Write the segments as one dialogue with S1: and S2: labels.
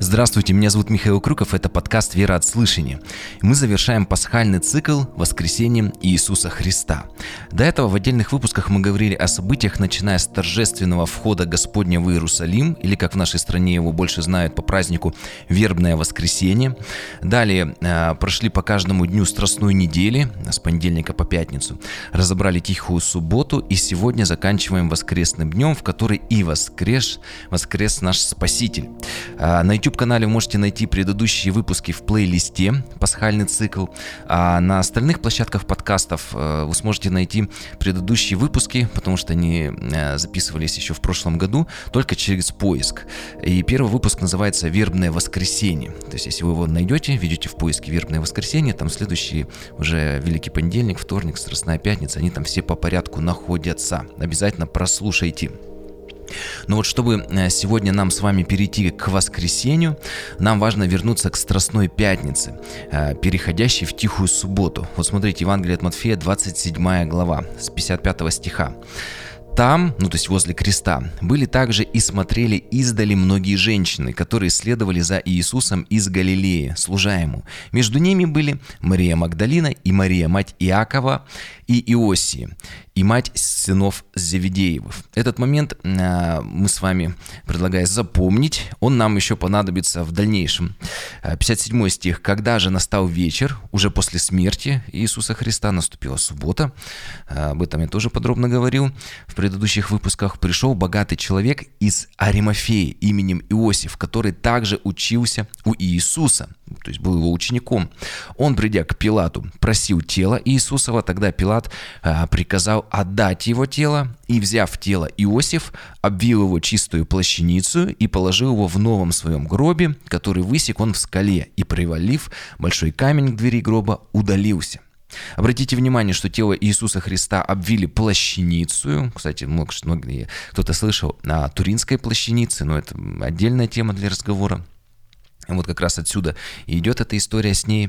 S1: Здравствуйте, меня зовут Михаил Крюков, это подкаст «Вера от слышания». Мы завершаем пасхальный цикл «Воскресением Иисуса Христа». До этого в отдельных выпусках мы говорили о событиях, начиная с торжественного входа Господня в Иерусалим, или как в нашей стране его больше знают по празднику Вербное воскресенье. Далее прошли по каждому дню Страстной недели, с понедельника по пятницу, разобрали Тихую субботу, и сегодня заканчиваем воскресным днем, в который и воскрес наш Спаситель. На YouTube-канале вы можете найти предыдущие выпуски в плейлисте «Пасхальный цикл», а на остальных площадках подкастов вы сможете найти предыдущие выпуски, потому что они записывались еще в прошлом году, только через поиск. И первый выпуск называется «Вербное воскресенье». То есть, если вы его найдете, введете в поиске «Вербное воскресенье», там следующие уже Великий понедельник, вторник, Страстная пятница, они там все по порядку находятся. Обязательно прослушайте. Но вот чтобы сегодня нам с вами перейти к воскресенью, нам важно вернуться к Страстной пятнице, переходящей в Тихую субботу. Вот смотрите, Евангелие от Матфея, 27 глава, с 55 стиха. Там, то есть возле креста, были также и смотрели издали многие женщины, которые следовали за Иисусом из Галилеи, служа Ему. Между ними были Мария Магдалина и Мария, мать Иакова и Иосии, и мать сынов Зеведеевых. Этот момент мы с вами предлагаем запомнить, он нам еще понадобится в дальнейшем. 57 стих. «Когда же настал вечер, уже после смерти Иисуса Христа, наступила суббота», об этом я тоже подробно говорил в предыдущих выпусках, «пришел богатый человек из Аримафеи именем Иосиф, который также учился у Иисуса», то есть был его учеником. «Он, придя к Пилату, просил тело Иисусова, тогда Пилат приказал отдать его тело, и, взяв тело, Иосиф обвил его чистую плащаницу и положил его в новом своем гробе, который высек он в скале, и, привалив большой камень к двери гроба, удалился». Обратите внимание, что тело Иисуса Христа обвили плащаницей. Кстати, кто-то слышал о Туринской плащанице, но это отдельная тема для разговора. Вот как раз отсюда и идет эта история с ней.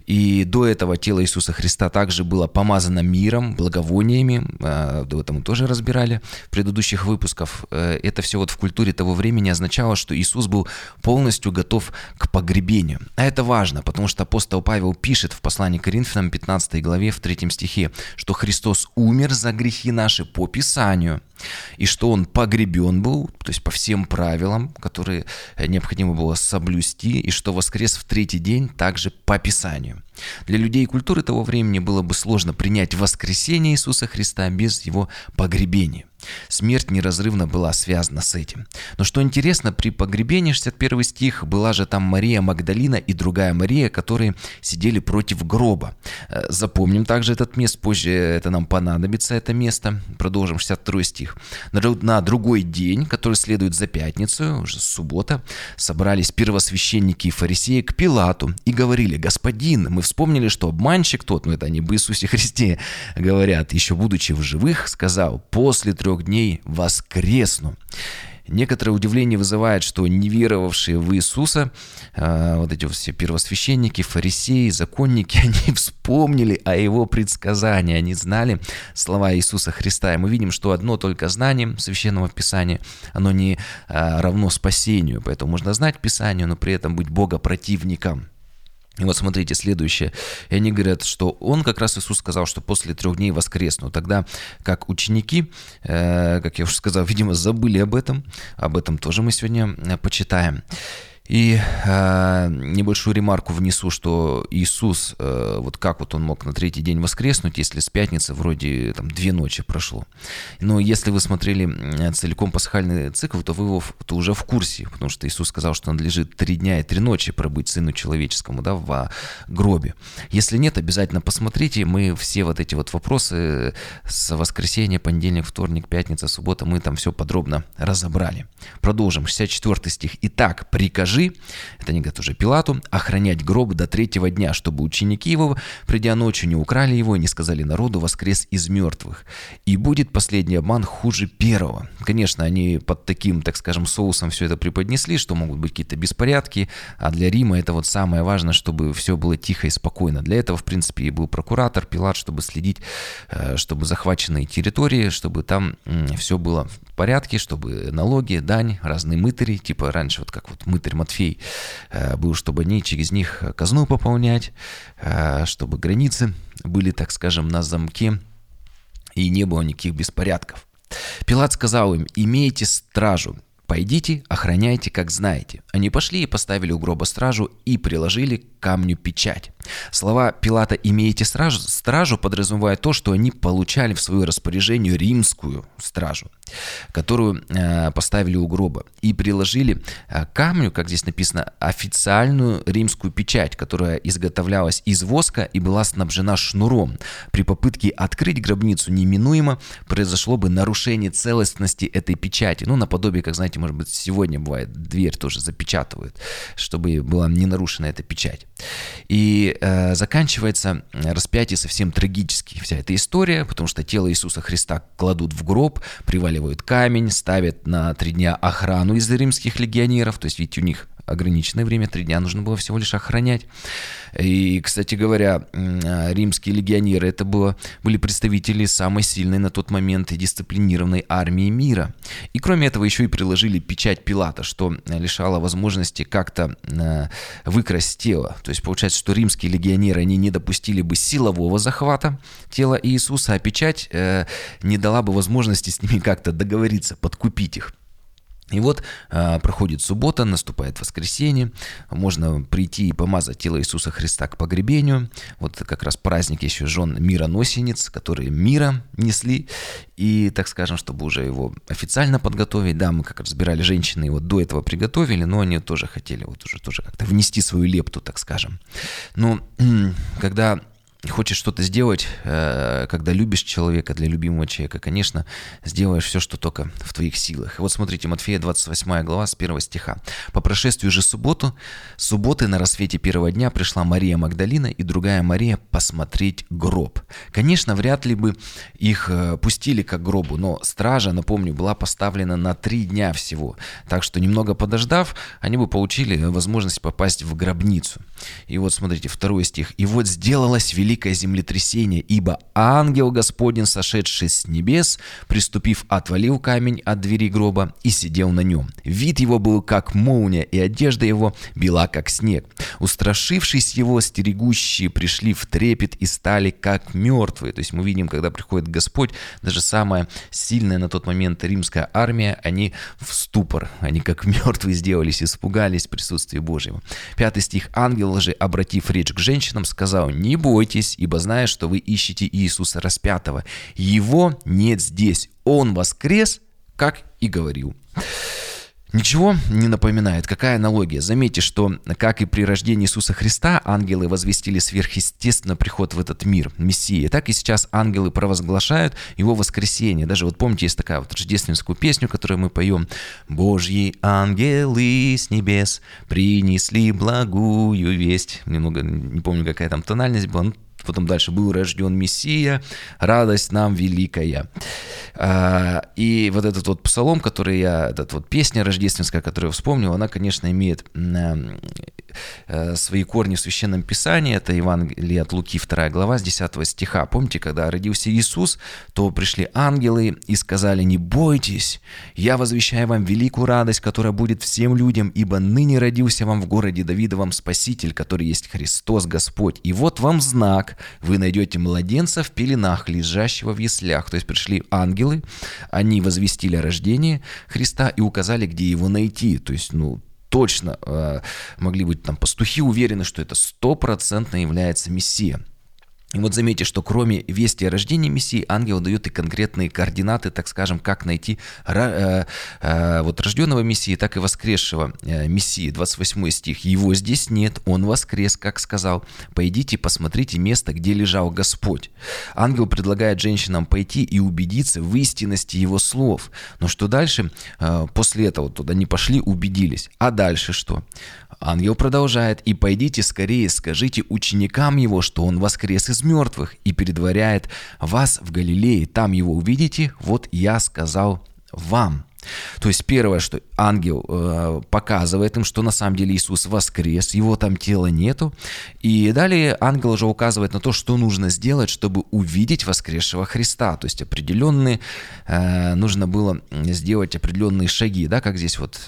S1: И до этого тело Иисуса Христа также было помазано миром, благовониями. До этого мы тоже разбирали в предыдущих выпусках. Это все вот в культуре того времени означало, что Иисус был полностью готов к погребению. А это важно, потому что апостол Павел пишет в послании к Коринфянам 15 главе в 3 стихе, что Христос умер за грехи наши по Писанию, и что Он погребен был, то есть по всем правилам, которые необходимо было соблюсти, и что воскрес в третий день также по Писанию. Для людей и культуры того времени было бы сложно принять воскресение Иисуса Христа без Его погребения. Смерть неразрывно была связана с этим. Но что интересно, при погребении, 61 стих, была же там Мария Магдалина и другая Мария, которые сидели против гроба. Запомним также этот место, позже это нам понадобится, это место. Продолжим, 62 стих. На другой день, который следует за пятницу, уже суббота, собрались первосвященники и фарисеи к Пилату и говорили: «Господин, мы вспомнили, что обманщик тот, это они об Иисусе Христе говорят, еще будучи в живых, сказал: после 3 дней воскресну». Некоторое удивление вызывает, что неверовавшие в Иисуса, вот эти все первосвященники, фарисеи, законники, они вспомнили о Его предсказании, они знали слова Иисуса Христа. И мы видим, что одно только знание Священного Писания, оно не равно спасению, поэтому можно знать Писание, но при этом быть богопротивником. И вот смотрите, следующее. И они говорят, что он, как раз Иисус сказал, что после 3 дней воскресну. Тогда как ученики, как я уже сказал, видимо, забыли об этом. Об этом тоже мы сегодня почитаем. И небольшую ремарку внесу, что Иисус, вот как вот он мог на 3-й день воскреснуть, если с пятницы вроде 2 ночи прошло. Но если вы смотрели целиком пасхальный цикл, то вы уже в курсе, потому что Иисус сказал, что надлежит 3 дня и 3 ночи пробыть Сыну Человеческому, в гробе. Если нет, обязательно посмотрите, мы все вот эти вот вопросы с воскресенья, понедельник, вторник, пятница, суббота, мы там все подробно разобрали. Продолжим, 64 стих. «Итак, прикажи», это они говорят уже Пилату, «охранять гроб до 3-го дня, чтобы ученики его, придя ночью, не украли его и не сказали народу: воскрес из мертвых. И будет последний обман хуже первого». Конечно, они под таким, так скажем, соусом все это преподнесли, что могут быть какие-то беспорядки, а для Рима это вот самое важное, чтобы все было тихо и спокойно. Для этого, в принципе, и был прокуратор, Пилат, чтобы следить, чтобы захваченные территории, чтобы там все было порядке, чтобы налоги, дань, разные мытари, типа раньше, вот как вот мытарь Матфей был, чтобы они через них казну пополнять, чтобы границы были, так скажем, на замке, и не было никаких беспорядков. Пилат сказал им: «Имейте стражу, пойдите, охраняйте, как знаете». Они пошли и поставили у гроба стражу и приложили к камню печать. Слова Пилата «имеете стражу» подразумевают то, что они получали в свое распоряжение римскую стражу, которую поставили у гроба, и приложили к камню, как здесь написано, официальную римскую печать, которая изготовлялась из воска и была снабжена шнуром. При попытке открыть гробницу неминуемо произошло бы нарушение целостности этой печати. Ну, наподобие, как знаете, может быть, сегодня бывает, дверь тоже запечатывают, чтобы была не нарушена эта печать. И заканчивается распятие совсем трагически. Вся эта история, потому что тело Иисуса Христа кладут в гроб, приваливают камень, ставят на 3 дня охрану из римских легионеров. То есть, видите, у них ограниченное время, 3 дня нужно было всего лишь охранять. И, кстати говоря, римские легионеры это были представители самой сильной на тот момент и дисциплинированной армии мира. И кроме этого еще и приложили печать Пилата, что лишало возможности как-то выкрасть тело. То есть получается, что римские легионеры, они не допустили бы силового захвата тела Иисуса, а печать не дала бы возможности с ними как-то договориться, подкупить их. И вот проходит суббота, наступает воскресенье, можно прийти и помазать тело Иисуса Христа к погребению. Вот как раз праздник еще жен мироносениц, которые мира несли. И, так скажем, чтобы уже его официально подготовить, да, мы как разбирали, женщины его до этого приготовили, но они тоже хотели вот уже тоже как-то внести свою лепту, так скажем. Но когда хочешь что-то сделать, когда любишь человека, для любимого человека, конечно, сделаешь все, что только в твоих силах. И вот смотрите, Матфея 28 глава с 1 стиха. «По прошествию же субботы на рассвете первого дня пришла Мария Магдалина и другая Мария посмотреть гроб». Конечно, вряд ли бы их пустили к гробу, но стража, напомню, была поставлена на 3 дня всего. Так что немного подождав, они бы получили возможность попасть в гробницу. И вот смотрите, 2 стих. «И вот сделалось великое землетрясение, ибо ангел Господень, сошедший с небес, приступив, отвалил камень от двери гроба и сидел на нем. Вид его был как молния, и одежда его бела как снег. Устрашившись его, стерегущие пришли в трепет и стали как мертвые». То есть мы видим, когда приходит Господь, даже самая сильная на тот момент римская армия, они в ступор, они как мертвые сделались, испугались присутствия Божьего. 5 стих. «Ангел же, обратив речь к женщинам, сказал: не бойтесь, ибо знаю, что вы ищете Иисуса распятого. Его нет здесь. Он воскрес, как и говорил». Ничего не напоминает. Какая аналогия? Заметьте, что, как и при рождении Иисуса Христа, ангелы возвестили сверхъестественно приход в этот мир, Мессии, так и сейчас ангелы провозглашают его воскресение. Даже вот помните, есть такая вот рождественскую песню, которую мы поем: «Божьи ангелы с небес принесли благую весть». Немного не помню, какая там тональность была, потом дальше: «Был рожден Мессия, радость нам великая». И вот этот вот псалом, эта вот песня рождественская, которую я вспомнил, она, конечно, имеет свои корни в Священном Писании. Это Евангелие от Луки, 2 глава, с 10 стиха. Помните, когда родился Иисус, то пришли ангелы и сказали: «Не бойтесь, я возвещаю вам великую радость, которая будет всем людям, ибо ныне родился вам в городе Давидовом Спаситель, который есть Христос Господь. И вот вам знак: вы найдете младенца в пеленах, лежащего в яслях». То есть пришли ангелы, они возвестили о рождении Христа и указали, где его найти. То есть, точно могли быть там пастухи уверены, что это 100% является Мессия. И вот заметьте, что кроме вести о рождении Мессии, ангел дает и конкретные координаты, так скажем, как найти вот рожденного Мессии, так и воскресшего Мессии. 28 стих. «Его здесь нет, он воскрес, как сказал. Пойдите, посмотрите место, где лежал Господь». Ангел предлагает женщинам пойти и убедиться в истинности его слов. Но что дальше? После этого туда они пошли, убедились. А дальше что? Ангел продолжает: «И пойдите скорее, скажите ученикам его, что он воскрес из мертвых, и предваряет вас в Галилее. Там его увидите, вот я сказал вам». То есть первое, что ангел показывает им, что на самом деле Иисус воскрес, его там тела нету. И далее ангел уже указывает на то, что нужно сделать, чтобы увидеть воскресшего Христа. То есть определенные, нужно было сделать определенные шаги, да, как здесь вот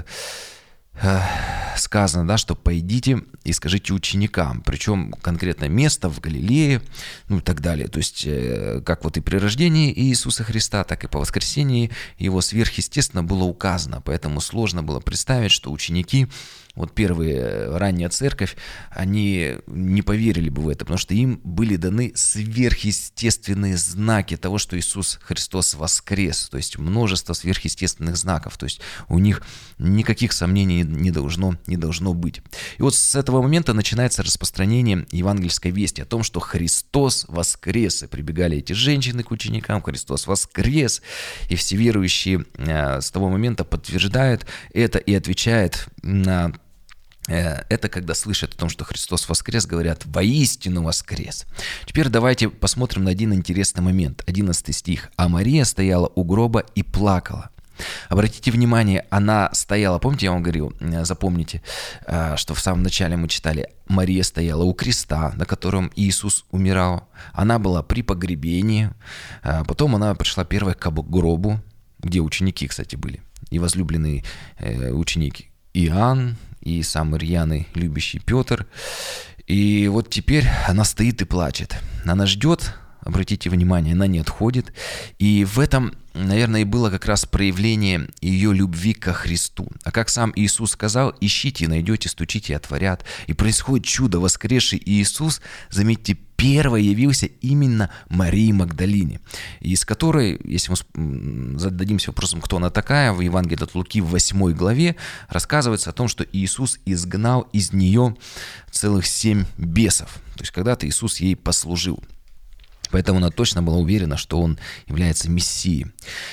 S1: сказано, да, что пойдите и скажите ученикам, причем конкретно место в Галилее, ну и так далее. То есть как вот и при рождении Иисуса Христа, так и по воскресении его сверхъестественно было указано, поэтому сложно было представить, что ученики, вот первая ранняя церковь, они не поверили бы в это, потому что им были даны сверхъестественные знаки того, что Иисус Христос воскрес, то есть множество сверхъестественных знаков, то есть у них никаких сомнений не должно быть. И вот с этого момента начинается распространение евангельской вести о том, что Христос воскрес, и прибегали эти женщины к ученикам, Христос воскрес, и все верующие с того момента подтверждают это и отвечают на это, когда слышат о том, что Христос воскрес, говорят: «Воистину воскрес». Теперь давайте посмотрим на один интересный момент. 11 стих. «А Мария стояла у гроба и плакала». Обратите внимание, она стояла, помните, я вам говорил, запомните, что в самом начале мы читали, Мария стояла у креста, на котором Иисус умирал. Она была при погребении, потом она пришла первой к гробу, где ученики, кстати, были, и возлюбленные ученики Иоанн, и сам рьяный любящий Петр. И вот теперь она стоит и плачет. Она ждет, обратите внимание, она не отходит. И в этом, наверное, и было как раз проявление ее любви ко Христу. А как сам Иисус сказал: «Ищите, найдете, стучите, и отворят». И происходит чудо. Воскресший Иисус, заметьте, первой явился именно Марии Магдалине, из которой, если мы зададимся вопросом, кто она такая, в Евангелии от Луки в 8 главе рассказывается о том, что Иисус изгнал из нее целых 7 бесов. То есть когда-то Иисус ей послужил. Поэтому она точно была уверена, что он является Мессией.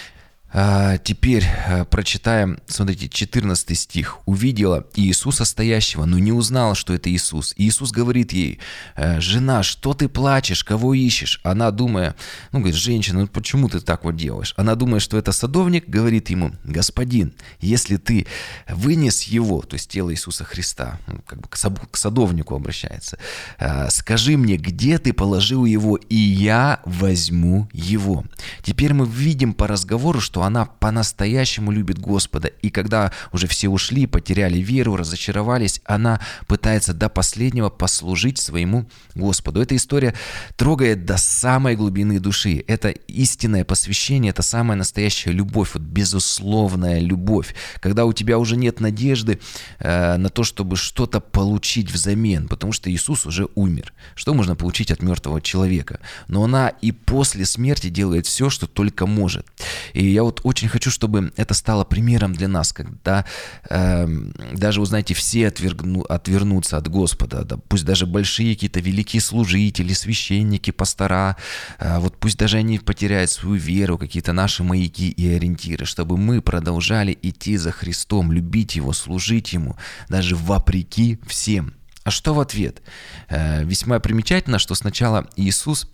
S1: Теперь прочитаем, смотрите, 14 стих. «Увидела Иисуса стоящего, но не узнала, что это Иисус. Иисус говорит ей: „Жена, что ты плачешь? Кого ищешь?“ Она, думая, говорит: „Женщина, ну почему ты так вот делаешь?“ Она, думая, что это садовник, говорит ему: „Господин, если ты вынес его“, то есть тело Иисуса Христа, как бы к садовнику обращается, „скажи мне, где ты положил его, и я возьму его“». Теперь мы видим по разговору, что она по-настоящему любит Господа. И когда уже все ушли, потеряли веру, разочаровались, она пытается до последнего послужить своему Господу. Эта история трогает до самой глубины души. Это истинное посвящение, это самая настоящая любовь, вот безусловная любовь. Когда у тебя уже нет надежды на то, чтобы что-то получить взамен, потому что Иисус уже умер. Что можно получить от мертвого человека? Но она и после смерти делает все, что только может. И я вот очень хочу, чтобы это стало примером для нас, когда даже, вы знаете, все отвернутся от Господа, да, пусть даже большие какие-то великие служители, священники, пастора, вот пусть даже они потеряют свою веру, какие-то наши маяки и ориентиры, чтобы мы продолжали идти за Христом, любить Его, служить Ему, даже вопреки всем. А что в ответ? Весьма примечательно, что сначала Иисус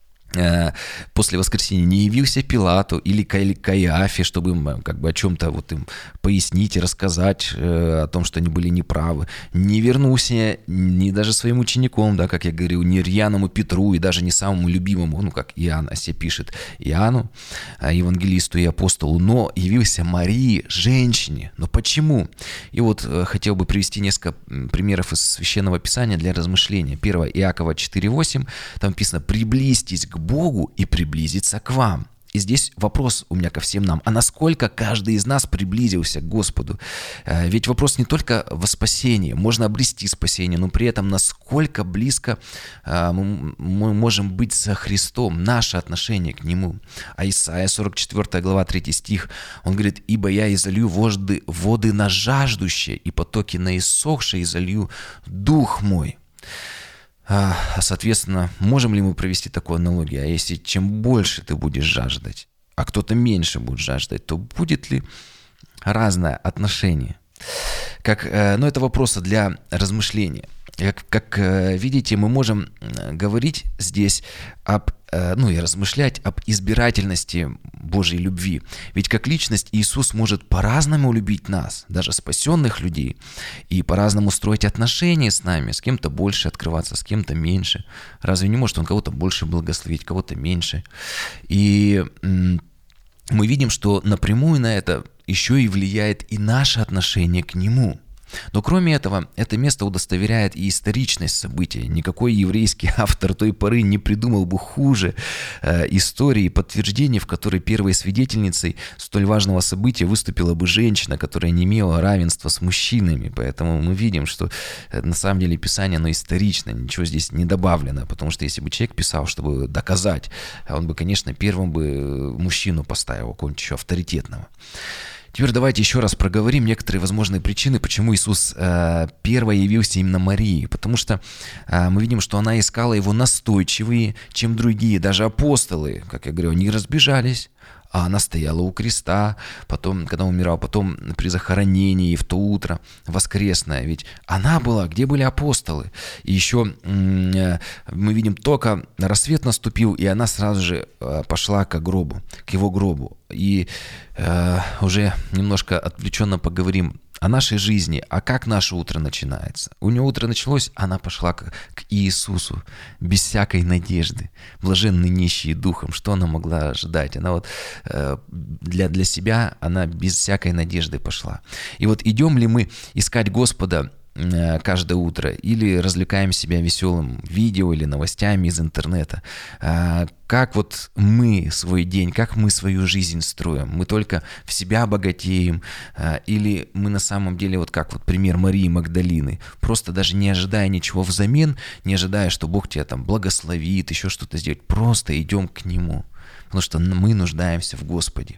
S1: после воскресения не явился Пилату или Каиафе, чтобы им как бы о чем-то вот им пояснить и рассказать о том, что они были неправы. Не вернулся ни даже своим ученикам, да, как я говорил, ни рьяному Петру и даже не самому любимому, как Иоанн о себе пишет, Иоанну, евангелисту и апостолу, но явился Марии, женщине. Но почему? И вот хотел бы привести несколько примеров из Священного Писания для размышления. 1 Иакова 4:8, там написано: «Приблизьтесь к Богу и приблизиться к вам». И здесь вопрос у меня ко всем нам: а насколько каждый из нас приблизился к Господу? Ведь вопрос не только во спасении, можно обрести спасение, но при этом насколько близко мы можем быть со Христом, наше отношение к Нему. А Исайя 44 глава 3 стих, он говорит: «Ибо я изолью воды на жаждущее, и потоки на иссохшее изолью дух мой». Соответственно, можем ли мы провести такую аналогию? А если чем больше ты будешь жаждать, а кто-то меньше будет жаждать, то будет ли разное отношение? Это вопросы для размышления. Как видите, мы можем говорить здесь и размышлять об избирательности Божьей любви. Ведь как личность Иисус может по-разному любить нас, даже спасенных людей, и по-разному строить отношения с нами, с кем-то больше открываться, с кем-то меньше. Разве не может Он кого-то больше благословить, кого-то меньше? И мы видим, что напрямую на это еще и влияет и наше отношение к Нему. Но кроме этого, это место удостоверяет и историчность события. Никакой еврейский автор той поры не придумал бы хуже истории и подтверждений, в которой первой свидетельницей столь важного события выступила бы женщина, которая не имела равенства с мужчинами. Поэтому мы видим, что на самом деле Писание, оно исторично, ничего здесь не добавлено. Потому что если бы человек писал, чтобы доказать, он бы, конечно, первым бы мужчину поставил, какого-нибудь еще авторитетного. Теперь давайте еще раз проговорим некоторые возможные причины, почему Иисус первый явился именно Марии. Потому что мы видим, что она искала его настойчивее, чем другие. Даже апостолы, как я говорю, они разбежались. А она стояла у креста, потом, когда он умирал, потом при захоронении, в то утро воскресное. Ведь она была, где были апостолы. И еще мы видим, только рассвет наступил, и она сразу же пошла к гробу, к его гробу. И уже немножко отвлеченно поговорим о нашей жизни, а как наше утро начинается. У нее утро началось, она пошла к Иисусу без всякой надежды. Блаженны нищие духом, что она могла ожидать? Она вот для себя, она без всякой надежды пошла. И вот идем ли мы искать Господа каждое утро или развлекаем себя веселым видео или новостями из интернета? Как вот мы свой день, как мы свою жизнь строим? Мы только в себя богатеем или мы на самом деле, вот как вот пример Марии Магдалины, просто даже не ожидая ничего взамен, не ожидая, что Бог тебя там благословит, еще что-то сделать, просто идем к Нему. Потому что мы нуждаемся в Господе.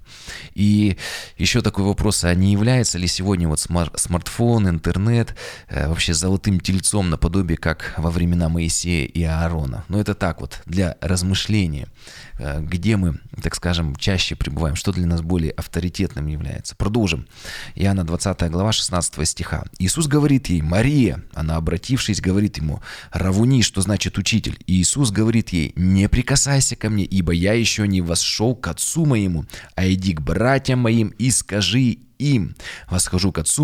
S1: И еще такой вопрос, а не является ли сегодня вот смартфон, интернет вообще золотым тельцом наподобие, как во времена Моисея и Аарона? Но это так вот, для размышления, где мы, так скажем, чаще пребываем, что для нас более авторитетным является. Продолжим. Иоанна 20 глава 16 стиха. Иисус говорит ей: «Мария». Она, обратившись, говорит ему: «Равуни», что значит учитель. И Иисус говорит ей: «Не прикасайся ко мне, ибо я еще не восшел к Отцу моему, а иди к братьям моим и скажи им: восхожу к Отцу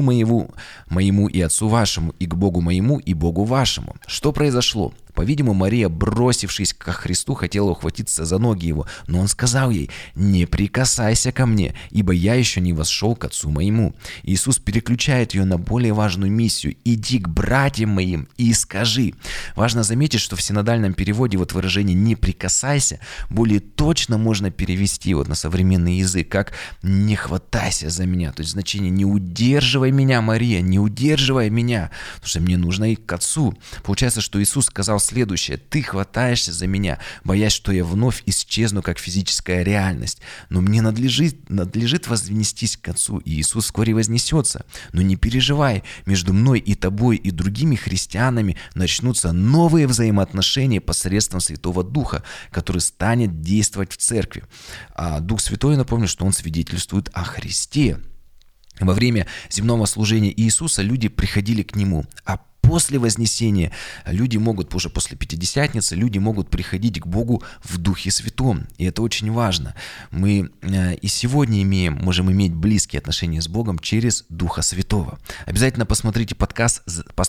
S1: моему и Отцу вашему, и к Богу моему и Богу вашему». Что произошло? По-видимому, Мария, бросившись ко Христу, хотела ухватиться за ноги его, но он сказал ей: «Не прикасайся ко мне, ибо я еще не восшел к Отцу моему». Иисус переключает ее на более важную миссию: «Иди к братьям моим и скажи». Важно заметить, что в синодальном переводе вот выражение «не прикасайся» более точно можно перевести вот на современный язык как «не хватайся за меня». То есть значение «не удерживай меня, Мария, не удерживай меня, потому что мне нужно идти к Отцу». Получается, что Иисус сказал следующее: «Ты хватаешься за меня, боясь, что я вновь исчезну как физическая реальность. Но мне надлежит вознестись к Отцу, и Иисус вскоре вознесется. Но не переживай, между мной и тобой и другими христианами начнутся новые взаимоотношения посредством Святого Духа, который станет действовать в церкви». А Дух Святой, напомню, что Он свидетельствует о Христе. Во время земного служения Иисуса люди приходили к Нему, а после Вознесения люди могут, уже после Пятидесятницы, люди могут приходить к Богу в Духе Святом. И это очень важно. Мы и сегодня можем иметь близкие отношения с Богом через Духа Святого. Обязательно посмотрите подкаст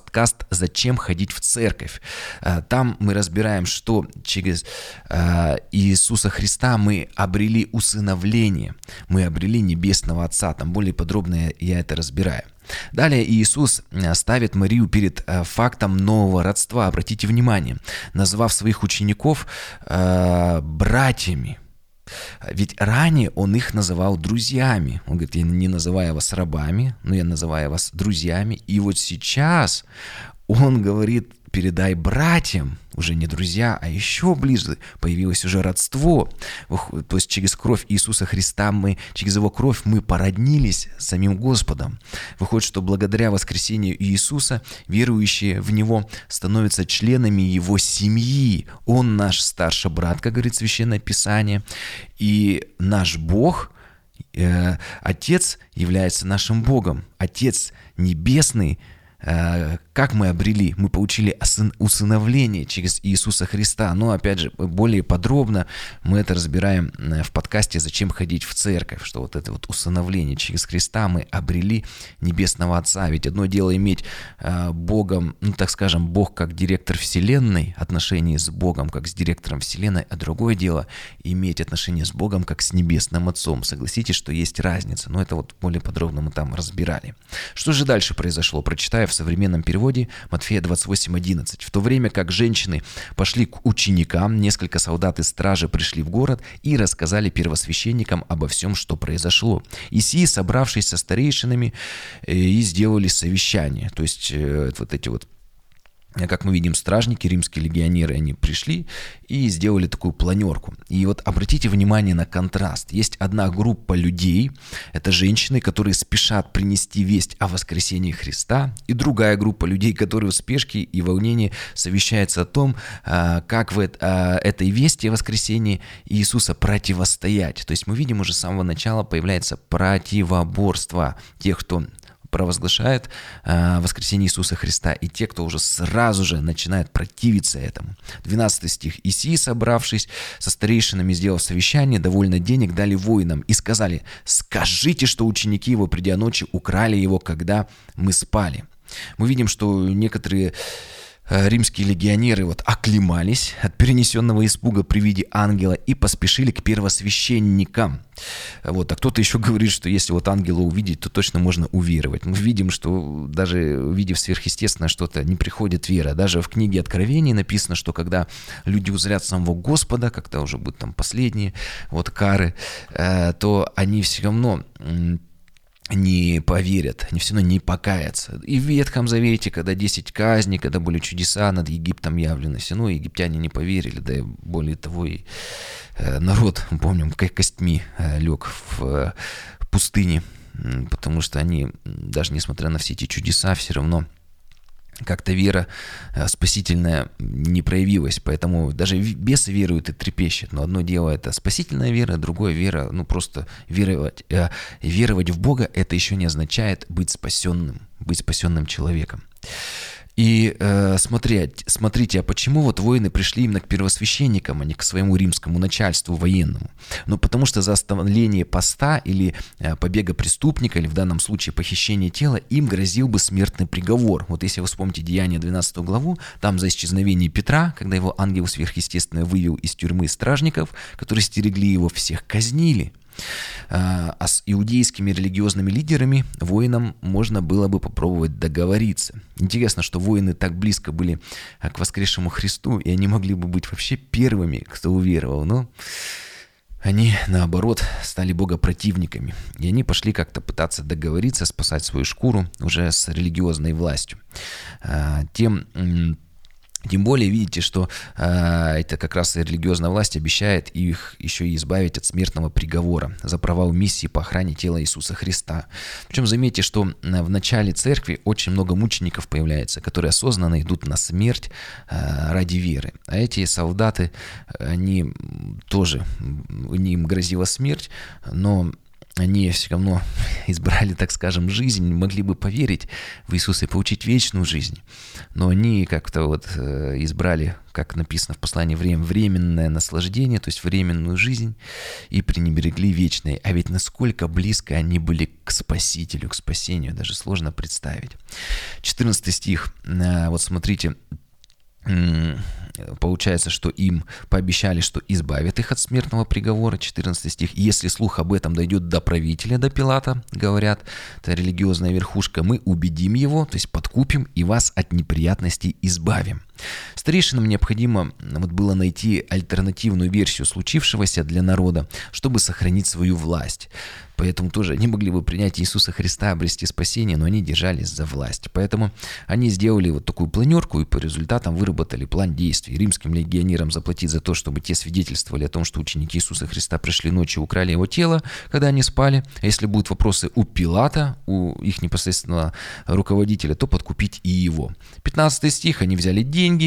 S1: «Зачем ходить в церковь?». Там мы разбираем, что через Иисуса Христа мы обрели усыновление, мы обрели Небесного Отца. Там более подробно я это разбираю. Далее Иисус ставит Марию перед фактом нового родства. Обратите внимание, назвав своих учеников братьями. Ведь ранее Он их называл друзьями. Он говорит: «Я не называю вас рабами, но я называю вас друзьями». И вот сейчас Он говорит: «Передай братьям». Уже не друзья, а еще ближе появилось уже родство. То есть через кровь Иисуса Христа через Его кровь мы породнились с самим Господом. Выходит, что благодаря воскресению Иисуса верующие в Него становятся членами Его семьи. Он наш старший брат, как говорит Священное Писание. И наш Бог, Отец, является нашим Богом. Отец Небесный, как мы обрели? Мы получили усыновление через Иисуса Христа. Но, опять же, более подробно мы это разбираем в подкасте «Зачем ходить в церковь?», что вот это вот усыновление через Христа мы обрели Небесного Отца. Ведь одно дело иметь Богом, так скажем, Бог как директор Вселенной, отношения с Богом как с директором Вселенной, а другое дело иметь отношения с Богом как с Небесным Отцом. Согласитесь, что есть разница, но это вот более подробно мы там разбирали. Что же дальше произошло? Прочитаю в современном переводе Матфея 28:11. «В то время как женщины пошли к ученикам, несколько солдат из стражи пришли в город и рассказали первосвященникам обо всем, что произошло. И сии, собравшись со старейшинами, и сделали совещание». То есть вот эти вот, как мы видим, стражники, римские легионеры, они пришли и сделали такую планерку. И вот обратите внимание на контраст. Есть одна группа людей, это женщины, которые спешат принести весть о воскресении Христа, и другая группа людей, которые в спешке и волнении совещаются о том, как в этой вести о воскресении Иисуса противостоять. То есть мы видим, уже с самого начала появляется противоборство тех, кто провозглашает воскресение Иисуса Христа, и те, кто уже сразу же начинает противиться этому. 12 стих. «И сии, собравшись со старейшинами, сделав совещание, довольно денег дали воинам и сказали: скажите, что ученики его, придя ночью, украли его, когда мы спали». Мы видим, что некоторые римские легионеры вот оклемались от перенесенного испуга при виде ангела и поспешили к первосвященникам. Вот. А кто-то еще говорит, что если вот ангела увидеть, то точно можно уверовать. Мы видим, что даже увидев сверхъестественное что-то, не приходит вера. Даже в книге Откровений написано, что когда люди узрят самого Господа, когда уже будут там последние вот кары, то они все равно не поверят, они все равно не покаятся. И в Ветхом Завете, когда 10 казней, когда были чудеса над Египтом явлены, все равно египтяне не поверили, да и более того, и народ, помним, как костьми лег в пустыне, потому что они, даже несмотря на все эти чудеса, все равно как-то вера спасительная не проявилась, поэтому даже бесы веруют и трепещут, но одно дело это спасительная вера, другое вера, просто веровать в Бога, это еще не означает быть спасенным человеком. И смотрите, а почему вот воины пришли именно к первосвященникам, а не к своему римскому начальству военному? Потому что за оставление поста или побега преступника, или в данном случае похищение тела, им грозил бы смертный приговор. Вот если вы вспомните Деяния 12 главу, там за исчезновение Петра, когда его ангел сверхъестественно вывел из тюрьмы стражников, которые стерегли его, всех казнили. А с иудейскими религиозными лидерами, воинам, можно было бы попробовать договориться. Интересно, что воины так близко были к воскресшему Христу, и они могли бы быть вообще первыми, кто уверовал, но они, наоборот, стали богопротивниками. И они пошли как-то пытаться спасать свою шкуру уже с религиозной властью. Тем более, видите, что это как раз и религиозная власть обещает их еще и избавить от смертного приговора за провал миссии по охране тела Иисуса Христа. Причем заметьте, что в начале церкви очень много мучеников появляется, которые осознанно идут на смерть ради веры. А эти солдаты, им грозила смерть, но они все равно избрали, так скажем, жизнь, могли бы поверить в Иисуса и получить вечную жизнь. Но они как-то избрали, как написано в послании временное наслаждение, то есть временную жизнь, и пренебрегли вечной. А ведь насколько близко они были к Спасителю, к спасению, даже сложно представить. 14 стих, вот смотрите. Получается, что им пообещали, что избавят их от смертного приговора. 14 стих. «Если слух об этом дойдет до правителя, до Пилата, говорят, это религиозная верхушка, мы убедим его, то есть подкупим и вас от неприятностей избавим». Старейшинам необходимо было найти альтернативную версию случившегося для народа, чтобы сохранить свою власть. Поэтому тоже они могли бы принять Иисуса Христа, обрести спасение, но они держались за власть. Поэтому они сделали вот такую планерку и по результатам выработали план действий. Римским легионерам заплатить за то, чтобы те свидетельствовали о том, что ученики Иисуса Христа пришли ночью и украли его тело, когда они спали. А если будут вопросы у Пилата, у их непосредственного руководителя, то подкупить и его. 15 стих. Они взяли деньги,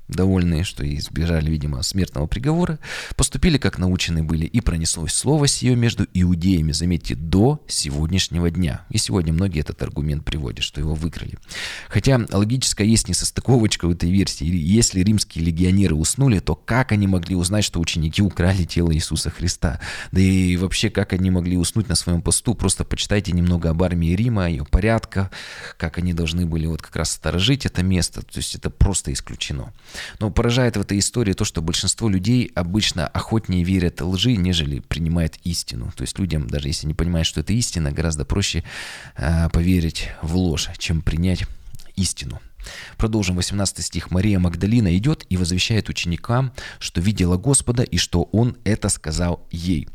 S1: довольные, что избежали, видимо, смертного приговора, поступили, как научены были, и пронеслось слово сие между иудеями, заметьте, до сегодняшнего дня. И сегодня многие этот аргумент приводят, что его выкрали. Хотя логическая есть несостыковочка в этой версии. Если римские легионеры уснули, то как они могли узнать, что ученики украли тело Иисуса Христа? Да и вообще, как они могли уснуть на своем посту? Просто почитайте немного об армии Рима, ее порядка, как они должны были вот как раз сторожить это место. То есть это просто исключено. Но поражает в этой истории то, что большинство людей обычно охотнее верят лжи, нежели принимают истину. То есть людям, даже если не понимают, что это истина, гораздо проще поверить в ложь, чем принять истину. Продолжим 18 стих. «Мария Магдалина идет и возвещает ученикам, что видела Господа и что Он это сказал ей».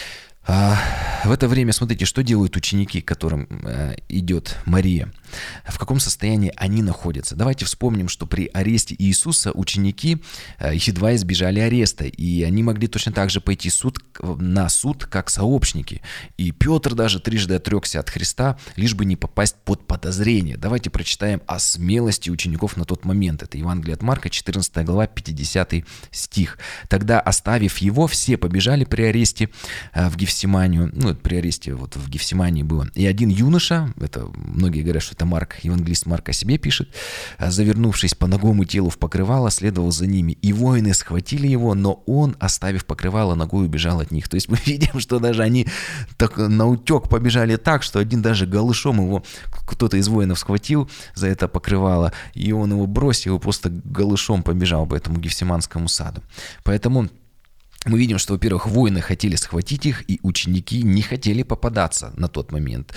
S1: В это время, смотрите, что делают ученики, к которым идет Мария. В каком состоянии они находятся. Давайте вспомним, что при аресте Иисуса ученики едва избежали ареста, и они могли точно так же пойти на суд, как сообщники. И Петр даже трижды отрекся от Христа, лишь бы не попасть под подозрение. Давайте прочитаем о смелости учеников на тот момент. Это Евангелие от Марка, 14 глава, 50 стих. «Тогда, оставив его, все побежали при аресте в Гефсиманию». Ну, при аресте вот в Гефсимании было. И один юноша, это многие говорят, что это Марк, евангелист Марк о себе пишет, завернувшись по ногому телу в покрывало, следовал за ними. И воины схватили его, но он, оставив покрывало, ногой убежал от них. То есть мы видим, что даже они так наутек побежали так, что один даже голышом его, кто-то из воинов схватил за это покрывало, и он его бросил, и просто голышом побежал по этому Гефсиманскому саду. Поэтому мы видим, что, во-первых, воины хотели схватить их, и ученики не хотели попадаться на тот момент.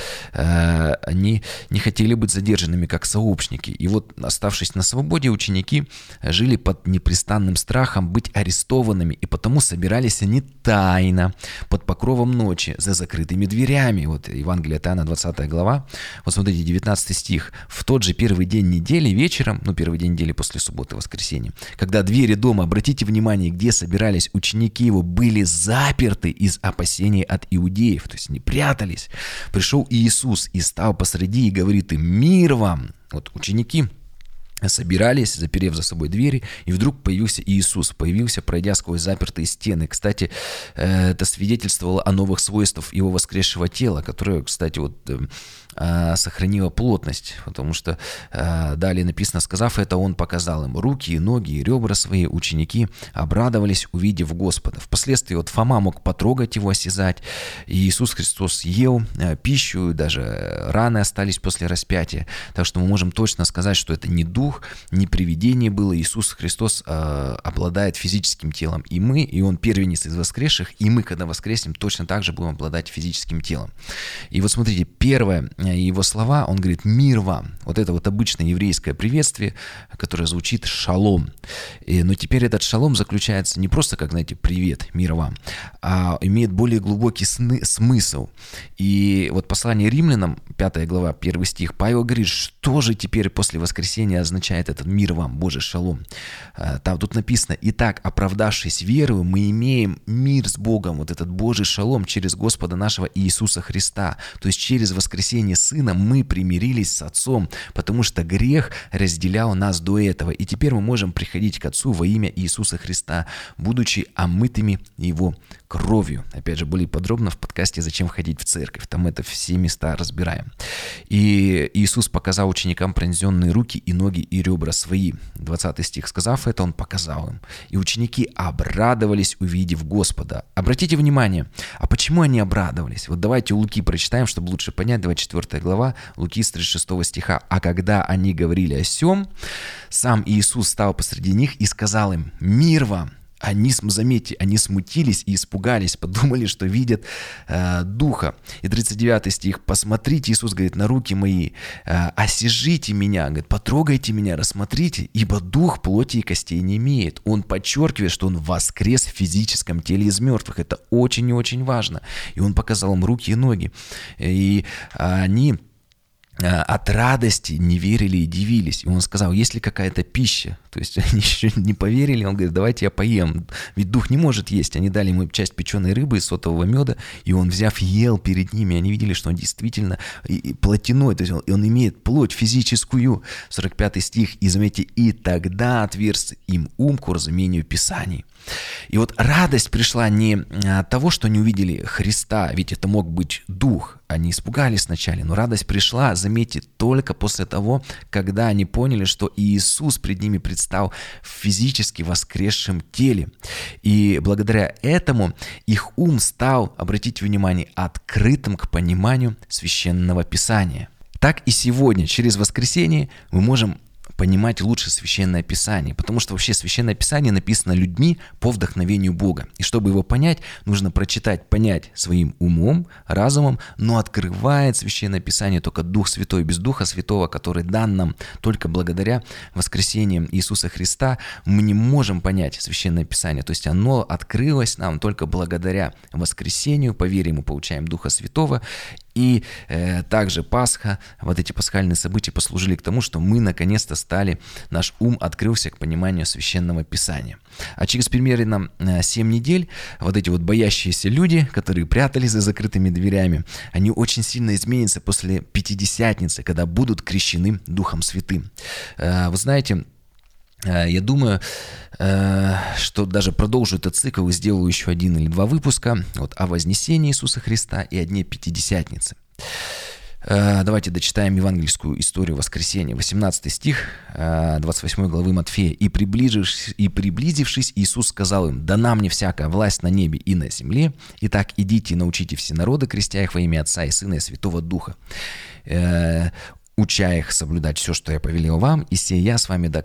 S1: Они не хотели быть задержанными как сообщники. И вот, оставшись на свободе, ученики жили под непрестанным страхом быть арестованными, и потому собирались они тайно, под покровом ночи, за закрытыми дверями. Вот Евангелие от Иоанна, 20 глава. Вот смотрите, 19 стих. «В тот же первый день недели вечером», первый день недели после субботы, воскресенья, когда двери дома, обратите внимание, где собирались ученики его, были заперты из опасений от иудеев, то есть не прятались. Пришел Иисус и стал посреди и говорит им: «Мир вам!» Вот ученики собирались, заперев за собой двери, и вдруг появился Иисус, пройдя сквозь запертые стены. Кстати, это свидетельствовало о новых свойствах его воскресшего тела, которое, кстати, сохранило плотность, потому что далее написано: сказав это, он показал им руки и ноги и ребра свои. Ученики обрадовались, увидев Господа. Впоследствии Фома мог потрогать его, осязать. И Иисус Христос ел пищу, даже раны остались после распятия. Так что мы можем точно сказать, что это не дух, не привидение было. Иисус Христос обладает физическим телом. И он первенец из воскресших, и мы, когда воскреснем, точно так же будем обладать физическим телом. И вот смотрите, первое его слова, он говорит: «Мир вам». Вот это вот обычное еврейское приветствие, которое звучит «шалом». Но теперь этот шалом заключается не просто как, знаете, «привет, мир вам», а имеет более глубокий смысл. И вот послание римлянам, 5 глава, 1 стих, Павел говорит, что же теперь после воскресения означает этот «мир вам», Божий шалом. Тут написано: «Итак, оправдавшись верою, мы имеем мир с Богом». Вот этот Божий шалом через Господа нашего Иисуса Христа. То есть через воскресение Сына мы примирились с Отцом, потому что грех разделял нас до этого. И теперь мы можем приходить к Отцу во имя Иисуса Христа, будучи омытыми Его кровью. Опять же, более подробно в подкасте «Зачем входить в церковь?». Там это все места разбираем. И Иисус показал ученикам пронзенные руки и ноги и ребра свои. 20 стих. Сказав это, Он показал им. И ученики обрадовались, увидев Господа. Обратите внимание, а почему они обрадовались? Вот давайте у Луки прочитаем, чтобы лучше понять. 24 глава, Луки с 36 стиха. «А когда они говорили о сем, сам Иисус стал посреди них и сказал им: „Мир вам!“ Заметьте, они смутились и испугались, подумали, что видят Духа». И 39 стих. «Посмотрите, Иисус говорит, на руки мои, осижите меня, говорит, потрогайте меня, рассмотрите, ибо Дух плоти и костей не имеет». Он подчеркивает, что Он воскрес в физическом теле из мертвых. Это очень и очень важно. И Он показал им руки и ноги. И они от радости не верили и дивились. И он сказал, есть ли какая-то пища? То есть они еще не поверили, он говорит, давайте я поем. Ведь дух не может есть. Они дали ему часть печеной рыбы и сотового меда, и он, взяв, ел перед ними. Они видели, что он действительно плотяной, то есть он имеет плоть физическую. 45 стих, и заметьте, и тогда отверз им ум к уразумению Писаний. И вот радость пришла не от того, что они увидели Христа, ведь это мог быть дух, они испугались вначале, но радость пришла, заметьте, только после того, когда они поняли, что Иисус пред ними предстал в физически воскресшем теле. И благодаря этому их ум стал, обратите внимание, открытым к пониманию Священного Писания. Так и сегодня, через воскресение, мы можем понимать лучше Священное Писание, потому что вообще Священное Писание написано людьми по вдохновению Бога. И чтобы его понять, нужно прочитать, понять своим умом, разумом, но открывает Священное Писание только Дух Святой. Без Духа Святого, который дан нам только благодаря воскресению Иисуса Христа, мы не можем понять Священное Писание. То есть оно открылось нам только благодаря воскресению, по вере мы получаем Духа Святого. И также Пасха, вот эти пасхальные события послужили к тому, что мы наконец-то наш ум открылся к пониманию Священного Писания. А через примерно 7 недель вот эти вот боящиеся люди, которые прятались за закрытыми дверями, они очень сильно изменятся после Пятидесятницы, когда будут крещены Духом Святым. Вы знаете, я думаю, что даже продолжу этот цикл и сделаю еще 1 или 2 выпуска о вознесении Иисуса Христа и о Дне Пятидесятницы. Давайте дочитаем евангельскую историю воскресения. 18 стих 28 главы Матфея. «И приблизившись, Иисус сказал им, дана мне всякая власть на небе и на земле. Итак, идите и научите все народы, крестя их во имя Отца и Сына и Святого Духа, уча их соблюдать все, что я повелел вам, и сей я с вами до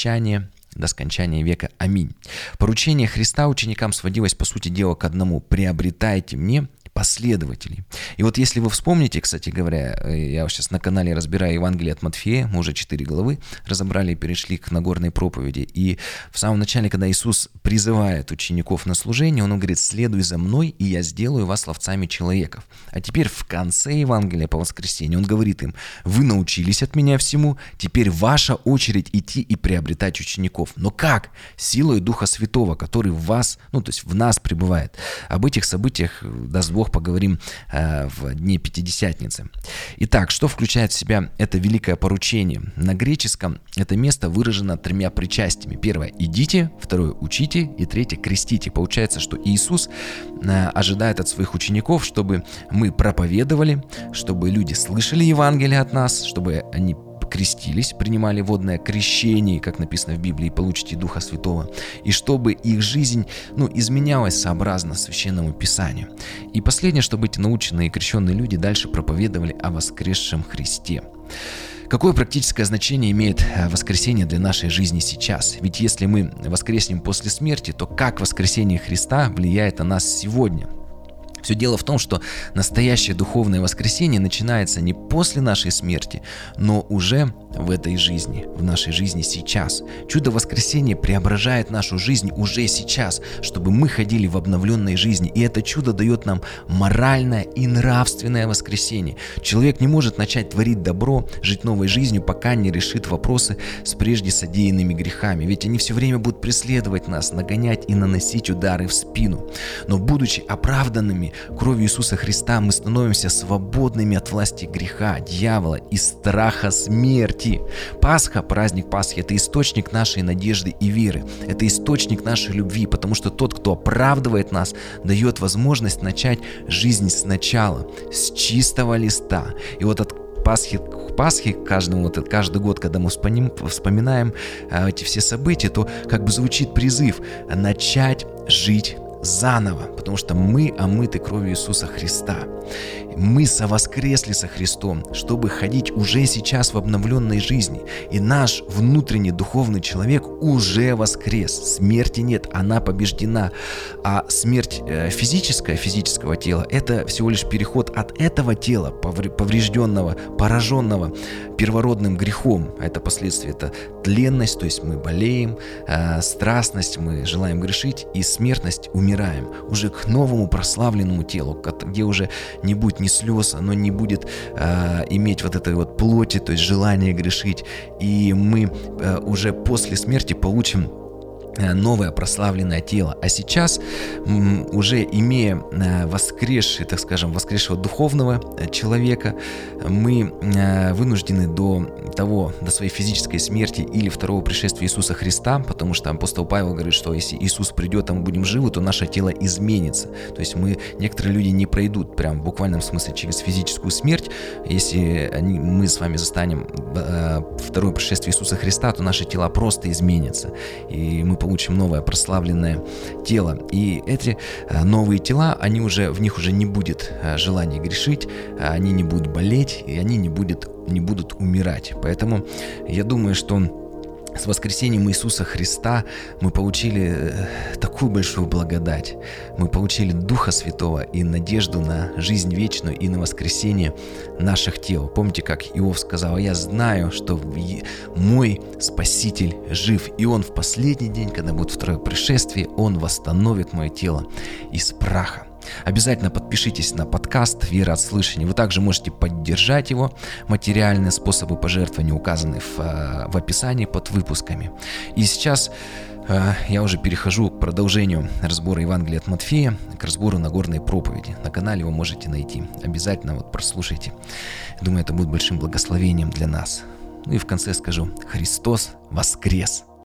S1: скончания века. Аминь». Поручение Христа ученикам сводилось, по сути дела, к одному: «Приобретайте мне последователей». И вот если вы вспомните, кстати говоря, я сейчас на канале разбираю Евангелие от Матфея, мы уже 4 главы разобрали и перешли к Нагорной проповеди. И в самом начале, когда Иисус призывает учеников на служение, Он говорит: «Следуй за мной, и я сделаю вас ловцами человеков». А теперь в конце Евангелия по воскресенью Он говорит им: «Вы научились от меня всему, теперь ваша очередь идти и приобретать учеников». Но как? Силой Духа Святого, который в вас, то есть в нас пребывает. Об этих событиях, даст Бог, поговорим в дне Пятидесятницы. Итак, что включает в себя это великое поручение? На греческом это место выражено 3 причастиями. Первое – идите, второе – учите, и третье – крестите. Получается, что Иисус ожидает от своих учеников, чтобы мы проповедовали, чтобы люди слышали Евангелие от нас, чтобы они крестились, принимали водное крещение, как написано в Библии, получите Духа Святого, и чтобы их жизнь, изменялась сообразно Священному Писанию. И последнее, чтобы эти наученные и крещенные люди дальше проповедовали о воскресшем Христе. Какое практическое значение имеет воскресение для нашей жизни сейчас? Ведь если мы воскреснем после смерти, то как воскресение Христа влияет на нас сегодня? Все дело в том, что настоящее духовное воскресение начинается не после нашей смерти, но уже в этой жизни, в нашей жизни сейчас. Чудо воскресения преображает нашу жизнь уже сейчас, чтобы мы ходили в обновленной жизни. И это чудо дает нам моральное и нравственное воскресение. Человек не может начать творить добро, жить новой жизнью, пока не решит вопросы с прежде содеянными грехами. Ведь они все время будут преследовать нас, нагонять и наносить удары в спину. Но будучи оправданными кровью Иисуса Христа, мы становимся свободными от власти греха, дьявола и страха смерти. Пасха, праздник Пасхи, это источник нашей надежды и веры. Это источник нашей любви, потому что тот, кто оправдывает нас, дает возможность начать жизнь сначала, с чистого листа. И вот от Пасхи к Пасхе, каждый год, когда мы вспоминаем эти все события, то как бы звучит призыв начать жить заново, потому что мы омыты кровью Иисуса Христа. Мы совоскресли со Христом, чтобы ходить уже сейчас в обновленной жизни. И наш внутренний духовный человек уже воскрес. Смерти нет, она побеждена. А смерть физического тела – это всего лишь переход от этого тела, поврежденного, пораженного первородным грехом. А это последствия, это тленность, то есть мы болеем, страстность, мы желаем грешить, и смертность, умирание. умираем, уже к новому прославленному телу, где уже не будет ни слез, оно не будет иметь вот этой вот плоти, то есть желание грешить, и мы уже после смерти получим новое прославленное тело. А сейчас, уже имея воскресший, так скажем, воскресшего духовного человека, мы вынуждены до своей физической смерти или второго пришествия Иисуса Христа, потому что апостол Павел говорит, что если Иисус придет, а мы будем живы, то наше тело изменится. То есть некоторые люди не пройдут прям в буквальном смысле через физическую смерть. Если мы с вами застанем второе пришествие Иисуса Христа, то наши тела просто изменятся. И мы получим новое прославленное тело. И эти новые тела, в них уже не будет желания грешить, они не будут болеть, и они не будут умирать. Поэтому я думаю, что с воскресением Иисуса Христа мы получили такую большую благодать. Мы получили Духа Святого и надежду на жизнь вечную и на воскресение наших тел. Помните, как Иов сказал: «Я знаю, что мой Спаситель жив, и Он в последний день, когда будет второе пришествие, Он восстановит мое тело из праха». Обязательно подпишитесь на подкаст «Вера от слышания». Вы также можете поддержать его. Материальные способы пожертвования указаны в описании под выпусками. И сейчас я уже перехожу к продолжению разбора Евангелия от Матфея, к разбору Нагорной проповеди. На канале вы можете найти. Обязательно прослушайте. Думаю, это будет большим благословением для нас. Ну и в конце скажу: Христос воскрес!